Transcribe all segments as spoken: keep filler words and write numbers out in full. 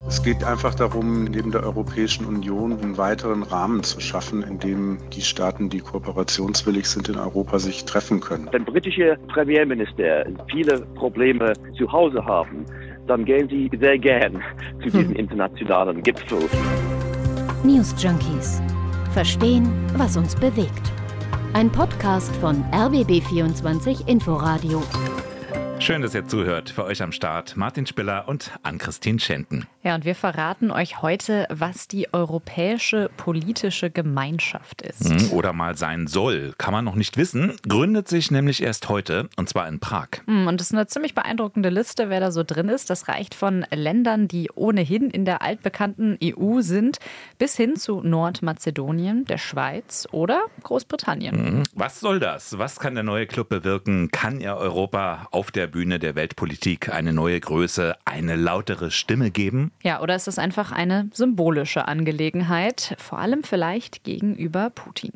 Es geht einfach darum, neben der Europäischen Union einen weiteren Rahmen zu schaffen, in dem die Staaten, die kooperationswillig sind in Europa, sich treffen können. Wenn britische Premierminister viele Probleme zu Hause haben, dann gehen sie sehr gern zu diesem internationalen Gipfel. News Junkies. Verstehen, was uns bewegt. Ein Podcast von R B B vierundzwanzig Inforadio. Schön, dass ihr zuhört. Für euch am Start Martin Spiller und Ann-Christine Schenten. Ja, und wir verraten euch heute, was die Europäische Politische Gemeinschaft ist. Oder mal sein soll. Kann man noch nicht wissen. Gründet sich nämlich erst heute, und zwar in Prag. Und es ist eine ziemlich beeindruckende Liste, wer da so drin ist. Das reicht von Ländern, die ohnehin in der altbekannten E U sind, bis hin zu Nordmazedonien, der Schweiz oder Großbritannien. Was soll das? Was kann der neue Club bewirken? Kann er Europa auf der Bühne der Weltpolitik eine neue Größe, eine lautere Stimme geben? Ja, oder ist es einfach eine symbolische Angelegenheit, vor allem vielleicht gegenüber Putin?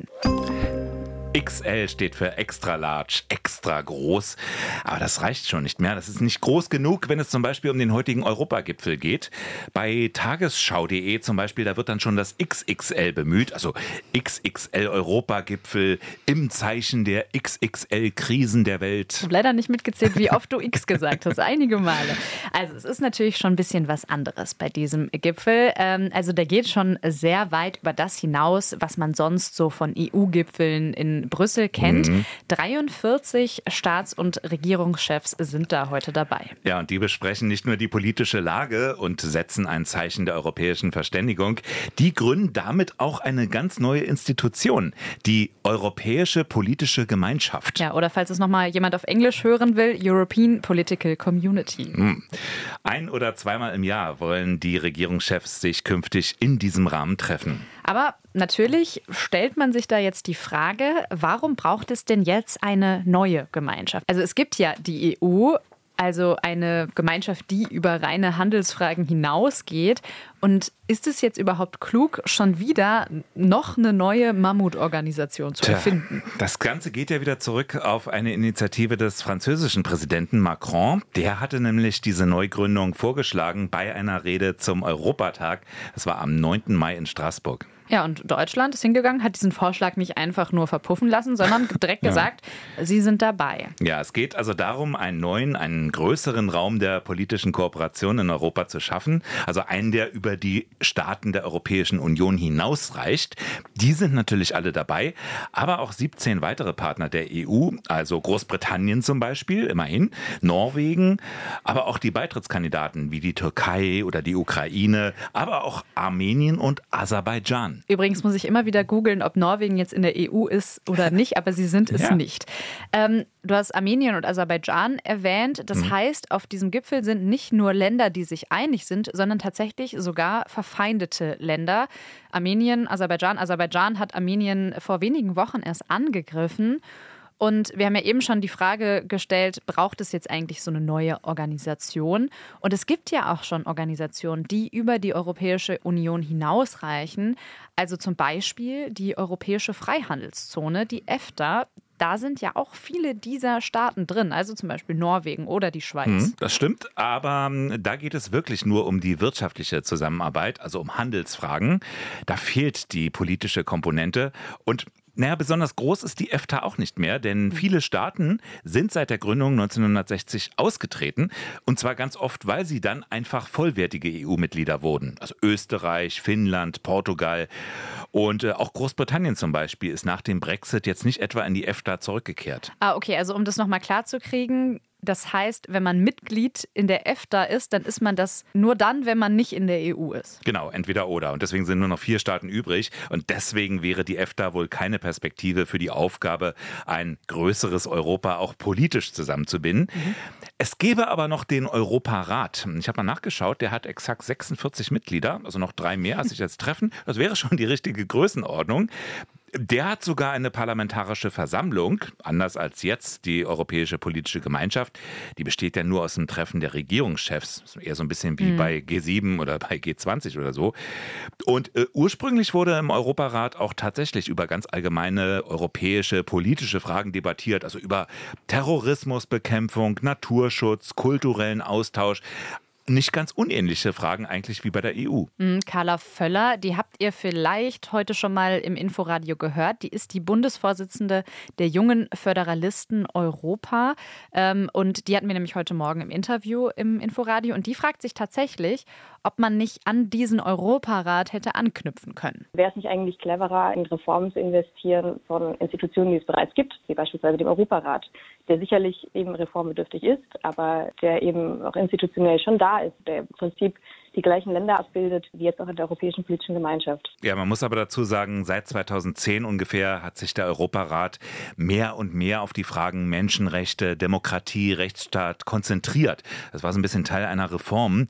X L steht für extra large, extra groß. Aber das reicht schon nicht mehr. Das ist nicht groß genug, wenn es zum Beispiel um den heutigen Europagipfel geht. Bei tagesschau punkt de zum Beispiel, da wird dann schon das X X L bemüht. Also X X L Europagipfel im Zeichen der X X L-Krisen der Welt. Ich habe leider nicht mitgezählt, wie oft du X gesagt hast. Einige Male. Also es ist natürlich schon ein bisschen was anderes bei diesem Gipfel. Also der geht schon sehr weit über das hinaus, was man sonst so von E U-Gipfeln in Brüssel kennt. Mhm. dreiundvierzig Staats- und Regierungschefs sind da heute dabei. Ja, und die besprechen nicht nur die politische Lage und setzen ein Zeichen der europäischen Verständigung. Die gründen damit auch eine ganz neue Institution, die Europäische Politische Gemeinschaft. Ja, oder falls es nochmal jemand auf Englisch hören will, European Political Community. Mhm. Ein- oder zweimal im Jahr wollen die Regierungschefs sich künftig in diesem Rahmen treffen. Aber natürlich stellt man sich da jetzt die Frage, warum braucht es denn jetzt eine neue Gemeinschaft? Also es gibt ja die E U, also eine Gemeinschaft, die über reine Handelsfragen hinausgeht. Und ist es jetzt überhaupt klug, schon wieder noch eine neue Mammutorganisation zu erfinden? Tja, das Ganze geht ja wieder zurück auf eine Initiative des französischen Präsidenten Macron. Der hatte nämlich diese Neugründung vorgeschlagen bei einer Rede zum Europatag. Das war am neunten Mai in Straßburg. Ja, und Deutschland ist hingegangen, hat diesen Vorschlag nicht einfach nur verpuffen lassen, sondern direkt gesagt, ja. Sie sind dabei. Ja, es geht also darum, einen neuen, einen größeren Raum der politischen Kooperation in Europa zu schaffen. Also einen, der über die Staaten der Europäischen Union hinausreicht. Die sind natürlich alle dabei, aber auch siebzehn weitere Partner der E U, also Großbritannien zum Beispiel, immerhin, Norwegen, aber auch die Beitrittskandidaten wie die Türkei oder die Ukraine, aber auch Armenien und Aserbaidschan. Übrigens muss ich immer wieder googeln, ob Norwegen jetzt in der E U ist oder nicht, aber sie sind es ja. nicht. Ähm, du hast Armenien und Aserbaidschan erwähnt. Das mhm. heißt, auf diesem Gipfel sind nicht nur Länder, die sich einig sind, sondern tatsächlich sogar verfeindete Länder. Armenien, Aserbaidschan. Aserbaidschan hat Armenien vor wenigen Wochen erst angegriffen. Und wir haben ja eben schon die Frage gestellt, braucht es jetzt eigentlich so eine neue Organisation? Und es gibt ja auch schon Organisationen, die über die Europäische Union hinausreichen. Also zum Beispiel die Europäische Freihandelszone, die EFTA. Da sind ja auch viele dieser Staaten drin, also zum Beispiel Norwegen oder die Schweiz. Das stimmt, aber da geht es wirklich nur um die wirtschaftliche Zusammenarbeit, also um Handelsfragen. Da fehlt die politische Komponente und naja, besonders groß ist die EFTA auch nicht mehr, denn viele Staaten sind seit der Gründung neunzehnhundertsechzig ausgetreten. Und zwar ganz oft, weil sie dann einfach vollwertige E U-Mitglieder wurden. Also Österreich, Finnland, Portugal und äh, auch Großbritannien zum Beispiel ist nach dem Brexit jetzt nicht etwa in die EFTA zurückgekehrt. Ah, okay, also um das nochmal klar zu kriegen, das heißt, wenn man Mitglied in der EFTA ist, dann ist man das nur dann, wenn man nicht in der E U ist. Genau, entweder oder. Und deswegen sind nur noch vier Staaten übrig. Und deswegen wäre die EFTA wohl keine Perspektive für die Aufgabe, ein größeres Europa auch politisch zusammenzubinden. Mhm. Es gäbe aber noch den Europarat. Ich habe mal nachgeschaut, der hat exakt sechsundvierzig Mitglieder, also noch drei mehr, als sich jetzt treffen. Das wäre schon die richtige Größenordnung. Der hat sogar eine parlamentarische Versammlung, anders als jetzt die Europäische Politische Gemeinschaft. Die besteht ja nur aus dem Treffen der Regierungschefs, eher so ein bisschen wie mhm. bei G sieben oder bei G zwanzig oder so. Und äh, ursprünglich wurde im Europarat auch tatsächlich über ganz allgemeine europäische politische Fragen debattiert, also über Terrorismusbekämpfung, Naturschutz, kulturellen Austausch. nicht ganz unähnliche Fragen eigentlich wie bei der E U. Mhm, Carla Völler, die habt ihr vielleicht heute schon mal im Inforadio gehört. Die ist die Bundesvorsitzende der Jungen Föderalisten Europa. Ähm, und die hatten wir nämlich heute Morgen im Interview im Inforadio. Und die fragt sich tatsächlich, ob man nicht an diesen Europarat hätte anknüpfen können. Wäre es nicht eigentlich cleverer, in Reformen zu investieren von Institutionen, die es bereits gibt, wie beispielsweise dem Europarat, der sicherlich eben reformbedürftig ist, aber der eben auch institutionell schon da ist, der im Prinzip die gleichen Länder abbildet, wie jetzt auch in der Europäischen Politischen Gemeinschaft. Ja, man muss aber dazu sagen, seit zweitausendzehn ungefähr hat sich der Europarat mehr und mehr auf die Fragen Menschenrechte, Demokratie, Rechtsstaat konzentriert. Das war so ein bisschen Teil einer Reform.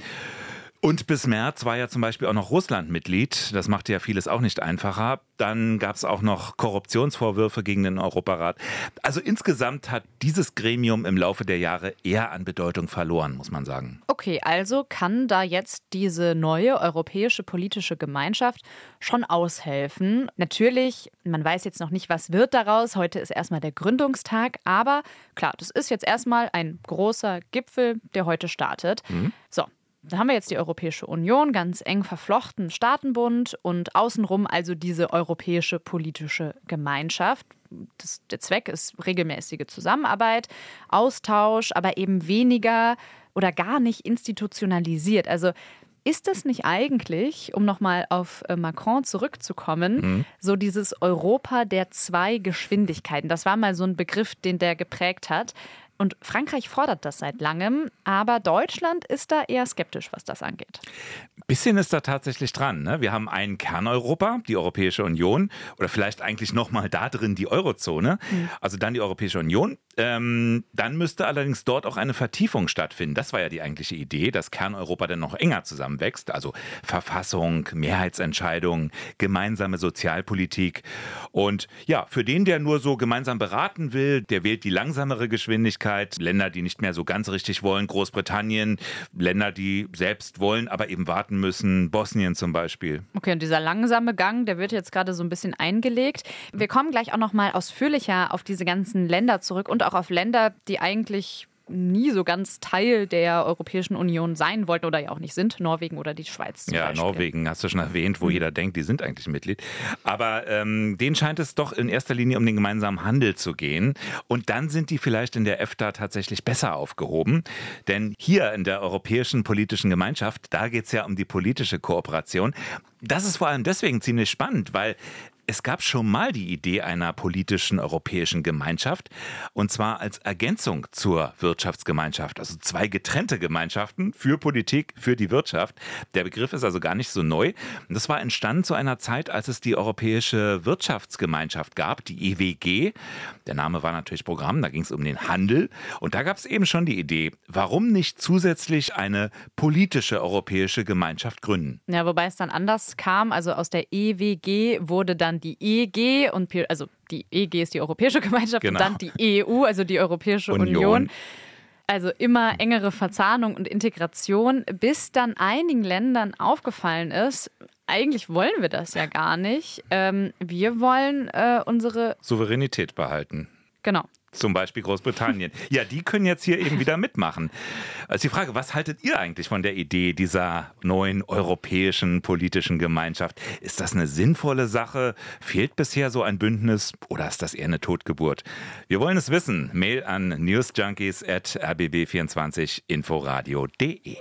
Und bis März war ja zum Beispiel auch noch Russland Mitglied. Das machte ja vieles auch nicht einfacher. Dann gab es auch noch Korruptionsvorwürfe gegen den Europarat. Also insgesamt hat dieses Gremium im Laufe der Jahre eher an Bedeutung verloren, muss man sagen. Okay, also kann da jetzt diese neue europäische politische Gemeinschaft schon aushelfen. Natürlich, man weiß jetzt noch nicht, was wird daraus. Heute ist erstmal der Gründungstag. Aber klar, das ist jetzt erstmal ein großer Gipfel, der heute startet. Mhm. So. Da haben wir jetzt die Europäische Union, ganz eng verflochten Staatenbund und außenrum also diese europäische politische Gemeinschaft. Das, der Zweck ist regelmäßige Zusammenarbeit, Austausch, aber eben weniger oder gar nicht institutionalisiert. Also ist das nicht eigentlich, um nochmal auf Macron zurückzukommen, mhm. so dieses Europa der zwei Geschwindigkeiten? Das war mal so ein Begriff, den der geprägt hat. Und Frankreich fordert das seit langem, aber Deutschland ist da eher skeptisch, was das angeht. Ein bisschen ist da tatsächlich dran. Ne? Wir haben ein Kerneuropa, die Europäische Union, oder vielleicht eigentlich nochmal da drin die Eurozone, mhm. also dann die Europäische Union. Ähm, dann müsste allerdings dort auch eine Vertiefung stattfinden. Das war ja die eigentliche Idee, dass Kerneuropa dann noch enger zusammenwächst. Also Verfassung, Mehrheitsentscheidung, gemeinsame Sozialpolitik. Und ja, für den, der nur so gemeinsam beraten will, der wählt die langsamere Geschwindigkeit. Länder, die nicht mehr so ganz richtig wollen, Großbritannien, Länder, die selbst wollen, aber eben warten müssen, Bosnien zum Beispiel. Okay, und dieser langsame Gang, der wird jetzt gerade so ein bisschen eingelegt. Wir kommen gleich auch noch mal ausführlicher auf diese ganzen Länder zurück und auch auf Länder, die eigentlich nie so ganz Teil der Europäischen Union sein wollten oder ja auch nicht sind, Norwegen oder die Schweiz zum Ja, Beispiel. Norwegen hast du schon erwähnt, wo mhm. jeder denkt, die sind eigentlich Mitglied. Aber ähm, denen scheint es doch in erster Linie um den gemeinsamen Handel zu gehen. Und dann sind die vielleicht in der EFTA tatsächlich besser aufgehoben. Denn hier in der Europäischen Politischen Gemeinschaft, da geht es ja um die politische Kooperation. Das ist vor allem deswegen ziemlich spannend, weil es gab schon mal die Idee einer politischen europäischen Gemeinschaft, und zwar als Ergänzung zur Wirtschaftsgemeinschaft. Also zwei getrennte Gemeinschaften für Politik, für die Wirtschaft. Der Begriff ist also gar nicht so neu. Und das war entstanden zu einer Zeit, als es die Europäische Wirtschaftsgemeinschaft gab, die E W G. Der Name war natürlich Programm, da ging es um den Handel. Und da gab es eben schon die Idee, warum nicht zusätzlich eine politische europäische Gemeinschaft gründen? Ja, wobei es dann anders kam. Also aus der E W G wurde dann die E G, und also die E G ist die Europäische Gemeinschaft, genau. Und dann die E U, also die Europäische Union. Union. Also immer engere Verzahnung und Integration, bis dann einigen Ländern aufgefallen ist, eigentlich wollen wir das ja gar nicht. Ähm, wir wollen äh, unsere Souveränität behalten. Genau. Zum Beispiel Großbritannien. Ja, die können jetzt hier eben wieder mitmachen. Also die Frage, was haltet ihr eigentlich von der Idee dieser neuen europäischen politischen Gemeinschaft? Ist das eine sinnvolle Sache? Fehlt bisher so ein Bündnis oder ist das eher eine Totgeburt? Wir wollen es wissen. Mail an newsjunkies at r b b vierundzwanzig inforadio punkt d e.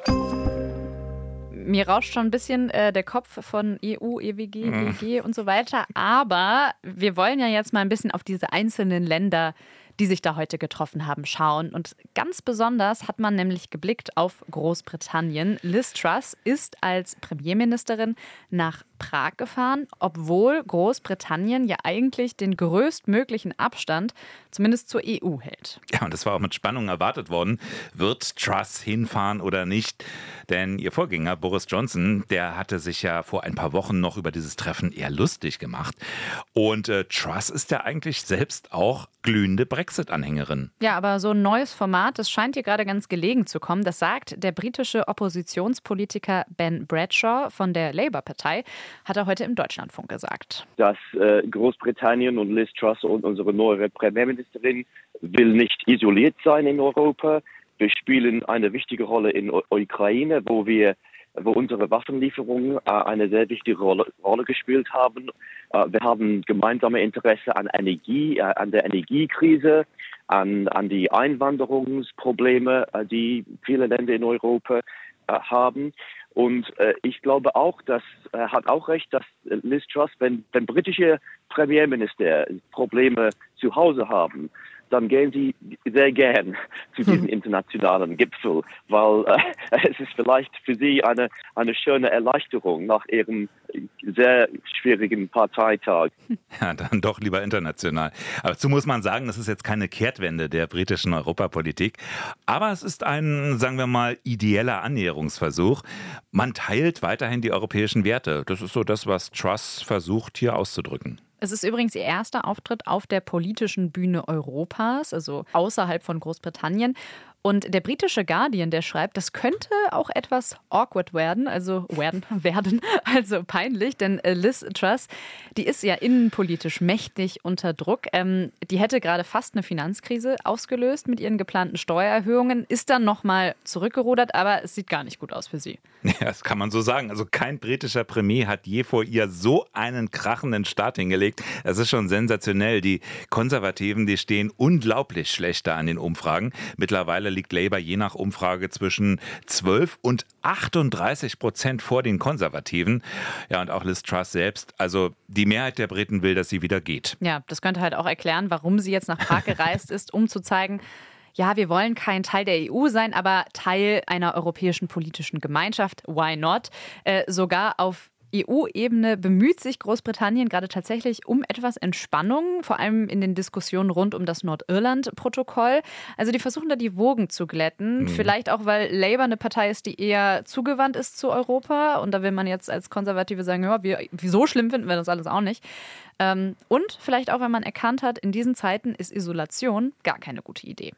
Mir rauscht schon ein bisschen äh, der Kopf von E U, E W G, E G und so weiter. Aber wir wollen ja jetzt mal ein bisschen auf diese einzelnen Länder, die sich da heute getroffen haben, schauen. Und ganz besonders hat man nämlich geblickt auf Großbritannien. Liz Truss ist als Premierministerin nach Prag gefahren, obwohl Großbritannien ja eigentlich den größtmöglichen Abstand zumindest zur E U hält. Ja, und das war auch mit Spannung erwartet worden. Wird Truss hinfahren oder nicht? Denn ihr Vorgänger Boris Johnson, der hatte sich ja vor ein paar Wochen noch über dieses Treffen eher lustig gemacht. Und äh, Truss ist ja eigentlich selbst auch glühende Brexit-Anhängerin. Ja, aber so ein neues Format, das scheint ihr gerade ganz gelegen zu kommen. Das sagt der britische Oppositionspolitiker Ben Bradshaw von der Labour-Partei, hat er heute im Deutschlandfunk gesagt. Dass äh, Großbritannien und Liz Truss und unsere neue Premierministerin will nicht isoliert sein in Europa, Wir spielen eine wichtige Rolle in der Ukraine, wo wir wo unsere Waffenlieferungen äh, eine sehr wichtige Rolle, Rolle gespielt haben. Äh, wir haben gemeinsame Interesse an Energie, äh, an der Energiekrise, an, an die Einwanderungsprobleme, äh, die viele Länder in Europa äh, haben. Und äh, ich glaube auch, dass er äh, hat auch recht, dass äh, Liz Truss, wenn, wenn britische Premierminister Probleme zu Hause haben, dann gehen sie sehr gern zu diesem internationalen Gipfel, weil äh, es ist vielleicht für sie eine, eine schöne Erleichterung nach ihrem sehr schwierigen Parteitag. Ja, dann doch lieber international. Aber dazu muss man sagen, das ist jetzt keine Kehrtwende der britischen Europapolitik, aber es ist ein, sagen wir mal, ideeller Annäherungsversuch. Man teilt weiterhin die europäischen Werte. Das ist so das, was Truss versucht hier auszudrücken. Es ist übrigens ihr erster Auftritt auf der politischen Bühne Europas, also außerhalb von Großbritannien. Und der britische Guardian, der schreibt, das könnte auch etwas awkward werden, also werden, werden, also peinlich, denn Liz Truss, die ist ja innenpolitisch mächtig unter Druck. Ähm, die hätte gerade fast eine Finanzkrise ausgelöst mit ihren geplanten Steuererhöhungen, ist dann nochmal zurückgerudert, aber es sieht gar nicht gut aus für sie. Ja, das kann man so sagen. Also kein britischer Premier hat je vor ihr so einen krachenden Start hingelegt. Das ist schon sensationell. Die Konservativen, die stehen unglaublich schlecht da an den Umfragen. Mittlerweile liegt Labour je nach Umfrage zwischen zwölf und achtunddreißig Prozent vor den Konservativen. Ja, und auch Liz Truss selbst. Also die Mehrheit der Briten will, dass sie wieder geht. Ja, das könnte halt auch erklären, warum sie jetzt nach Prag gereist ist, um zu zeigen, ja, wir wollen kein Teil der E U sein, aber Teil einer europäischen politischen Gemeinschaft. Why not? Äh, sogar auf E U-Ebene bemüht sich Großbritannien gerade tatsächlich um etwas Entspannung, vor allem in den Diskussionen rund um das Nordirland-Protokoll. Also die versuchen da die Wogen zu glätten. Mhm. Vielleicht auch, weil Labour eine Partei ist, die eher zugewandt ist zu Europa. Und da will man jetzt als Konservative sagen, ja, wir, so schlimm finden wir das alles auch nicht. Ähm, und vielleicht auch, weil man erkannt hat, in diesen Zeiten ist Isolation gar keine gute Idee.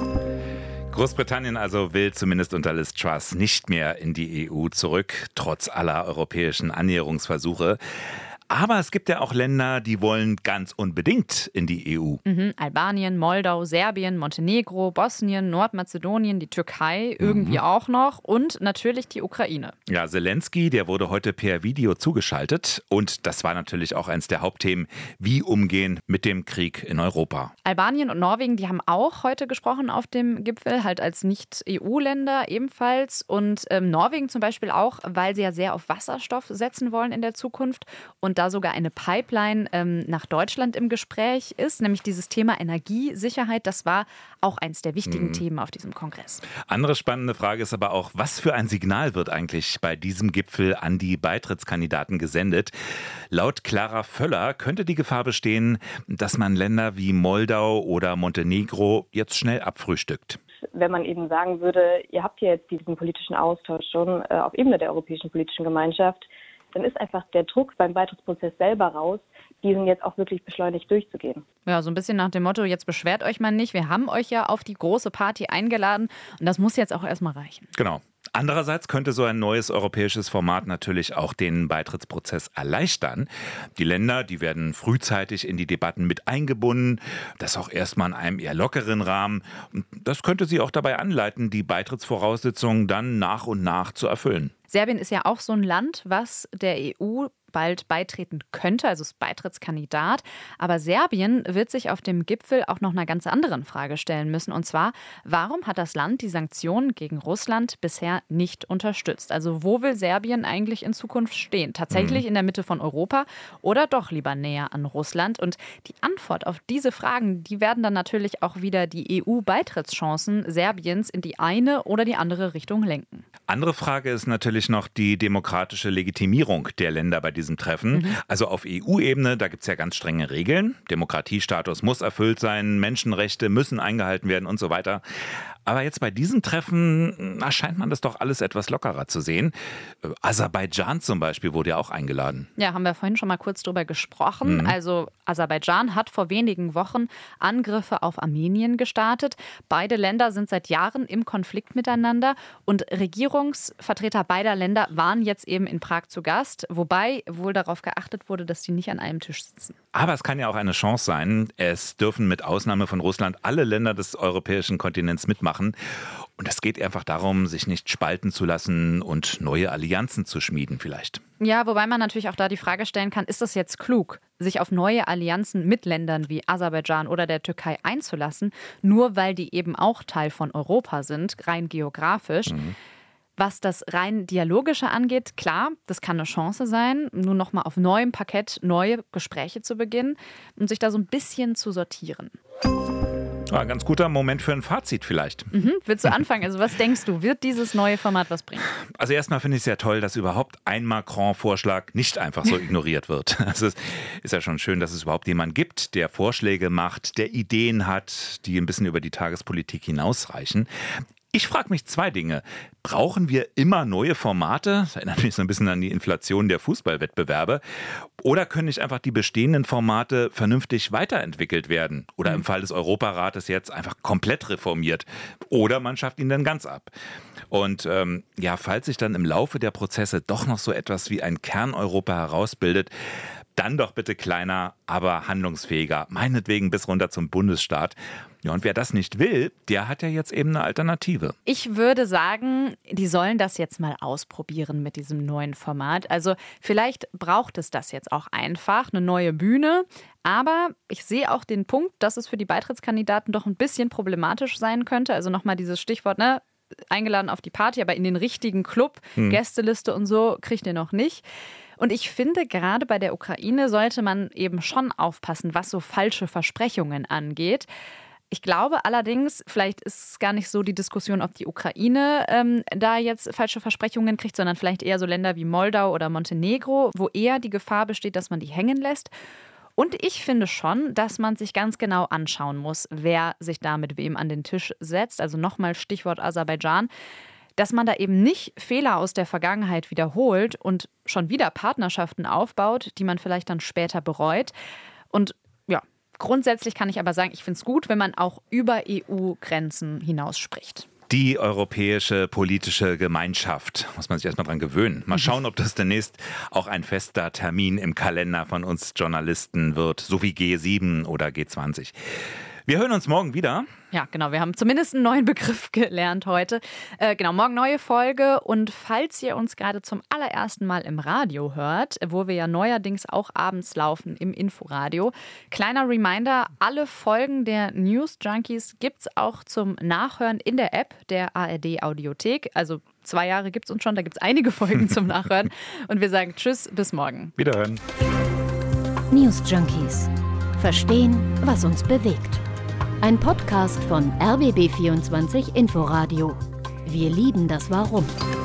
Großbritannien also will zumindest unter Liz Truss nicht mehr in die E U zurück, trotz aller europäischen Annäherungsversuche. Aber es gibt ja auch Länder, die wollen ganz unbedingt in die E U. Mhm. Albanien, Moldau, Serbien, Montenegro, Bosnien, Nordmazedonien, die Türkei irgendwie mhm. auch noch und natürlich die Ukraine. Ja, Zelensky, der wurde heute per Video zugeschaltet und das war natürlich auch eines der Hauptthemen, wie umgehen mit dem Krieg in Europa. Albanien und Norwegen, die haben auch heute gesprochen auf dem Gipfel, halt als Nicht-E U-Länder ebenfalls und ähm, Norwegen zum Beispiel auch, weil sie ja sehr auf Wasserstoff setzen wollen in der Zukunft und da sogar eine Pipeline ähm, nach Deutschland im Gespräch ist, nämlich dieses Thema Energiesicherheit. Das war auch eines der wichtigen mhm. Themen auf diesem Kongress. Andere spannende Frage ist aber auch, was für ein Signal wird eigentlich bei diesem Gipfel an die Beitrittskandidaten gesendet? Laut Clara Völler könnte die Gefahr bestehen, dass man Länder wie Moldau oder Montenegro jetzt schnell abfrühstückt. Wenn man eben sagen würde, ihr habt ja jetzt diesen politischen Austausch schon äh, auf Ebene der Europäischen Politischen Gemeinschaft, dann ist einfach der Druck beim Beitrittsprozess selber raus, diesen jetzt auch wirklich beschleunigt durchzugehen. Ja, so ein bisschen nach dem Motto, jetzt beschwert euch mal nicht, wir haben euch ja auf die große Party eingeladen und das muss jetzt auch erstmal reichen. Genau. Andererseits könnte so ein neues europäisches Format natürlich auch den Beitrittsprozess erleichtern. Die Länder, die werden frühzeitig in die Debatten mit eingebunden, das auch erstmal in einem eher lockeren Rahmen. Und das könnte sie auch dabei anleiten, die Beitrittsvoraussetzungen dann nach und nach zu erfüllen. Serbien ist ja auch so ein Land, was der E U bald beitreten könnte, also ist Beitrittskandidat. Aber Serbien wird sich auf dem Gipfel auch noch einer ganz anderen Frage stellen müssen. Und zwar, warum hat das Land die Sanktionen gegen Russland bisher nicht unterstützt? Also wo will Serbien eigentlich in Zukunft stehen? Tatsächlich mhm. in der Mitte von Europa oder doch lieber näher an Russland? Und die Antwort auf diese Fragen, die werden dann natürlich auch wieder die E U-Beitrittschancen Serbiens in die eine oder die andere Richtung lenken. Andere Frage ist natürlich noch die demokratische Legitimierung der Länder bei diesem Treffen. Mhm. Also auf E U-Ebene, da gibt es ja ganz strenge Regeln. Demokratiestatus muss erfüllt sein, Menschenrechte müssen eingehalten werden und so weiter. Aber jetzt bei diesem Treffen na, scheint man das doch alles etwas lockerer zu sehen. Aserbaidschan zum Beispiel wurde ja auch eingeladen. Ja, haben wir vorhin schon mal kurz drüber gesprochen. Mhm. Also Aserbaidschan hat vor wenigen Wochen Angriffe auf Armenien gestartet. Beide Länder sind seit Jahren im Konflikt miteinander und Regierungsvertreter beider Länder waren jetzt eben in Prag zu Gast, wobei wohl darauf geachtet wurde, dass die nicht an einem Tisch sitzen. Aber es kann ja auch eine Chance sein. Es dürfen mit Ausnahme von Russland alle Länder des europäischen Kontinents mitmachen. Und es geht einfach darum, sich nicht spalten zu lassen und neue Allianzen zu schmieden vielleicht. Ja, wobei man natürlich auch da die Frage stellen kann, ist es jetzt klug, sich auf neue Allianzen mit Ländern wie Aserbaidschan oder der Türkei einzulassen, nur weil die eben auch Teil von Europa sind, rein geografisch. Mhm. Was das rein Dialogische angeht, klar, das kann eine Chance sein, nur noch mal auf neuem Parkett neue Gespräche zu beginnen und sich da so ein bisschen zu sortieren. Ja, ein ganz guter Moment für ein Fazit vielleicht. Mhm. Willst du anfangen? Also was denkst du, wird dieses neue Format was bringen? Also erstmal finde ich es ja toll, dass überhaupt ein Macron-Vorschlag nicht einfach so ignoriert wird. Also es ist ja schon schön, dass es überhaupt jemanden gibt, der Vorschläge macht, der Ideen hat, die ein bisschen über die Tagespolitik hinausreichen. Ich frage mich zwei Dinge. Brauchen wir immer neue Formate? Das erinnert mich so ein bisschen an die Inflation der Fußballwettbewerbe. Oder können nicht einfach die bestehenden Formate vernünftig weiterentwickelt werden? Oder im Fall des Europarates jetzt einfach komplett reformiert? Oder man schafft ihn dann ganz ab? Und ähm, ja, falls sich dann im Laufe der Prozesse doch noch so etwas wie ein Kern-Europa herausbildet, dann doch bitte kleiner, aber handlungsfähiger. Meinetwegen bis runter zum Bundesstaat. Ja, und wer das nicht will, der hat ja jetzt eben eine Alternative. Ich würde sagen, die sollen das jetzt mal ausprobieren mit diesem neuen Format. Also vielleicht braucht es das jetzt auch einfach, eine neue Bühne. Aber ich sehe auch den Punkt, dass es für die Beitrittskandidaten doch ein bisschen problematisch sein könnte. Also nochmal dieses Stichwort, ne? Eingeladen auf die Party, aber in den richtigen Club, hm. Gästeliste und so, kriegt ihr noch nicht. Und ich finde, gerade bei der Ukraine sollte man eben schon aufpassen, was so falsche Versprechungen angeht. Ich glaube allerdings, vielleicht ist es gar nicht so die Diskussion, ob die Ukraine ähm, da jetzt falsche Versprechungen kriegt, sondern vielleicht eher so Länder wie Moldau oder Montenegro, wo eher die Gefahr besteht, dass man die hängen lässt. Und ich finde schon, dass man sich ganz genau anschauen muss, wer sich da mit wem an den Tisch setzt. Also nochmal Stichwort Aserbaidschan. Dass man da eben nicht Fehler aus der Vergangenheit wiederholt und schon wieder Partnerschaften aufbaut, die man vielleicht dann später bereut. Und ja, grundsätzlich kann ich aber sagen, ich finde es gut, wenn man auch über E U-Grenzen hinaus spricht. Die europäische politische Gemeinschaft, muss man sich erstmal dran gewöhnen. Mal schauen, ob das demnächst auch ein fester Termin im Kalender von uns Journalisten wird, so wie G sieben oder G zwanzig. Wir hören uns morgen wieder. Ja, genau. Wir haben zumindest einen neuen Begriff gelernt heute. Äh, genau, morgen neue Folge. Und falls ihr uns gerade zum allerersten Mal im Radio hört, wo wir ja neuerdings auch abends laufen im Inforadio, kleiner Reminder, alle Folgen der News Junkies gibt es auch zum Nachhören in der App der A R D Audiothek. Also zwei Jahre gibt es uns schon, da gibt es einige Folgen zum Nachhören. Und wir sagen Tschüss, bis morgen. Wiederhören. News Junkies. Verstehen, was uns bewegt. Ein Podcast von R B B vierundzwanzig Inforadio. Wir lieben das Warum.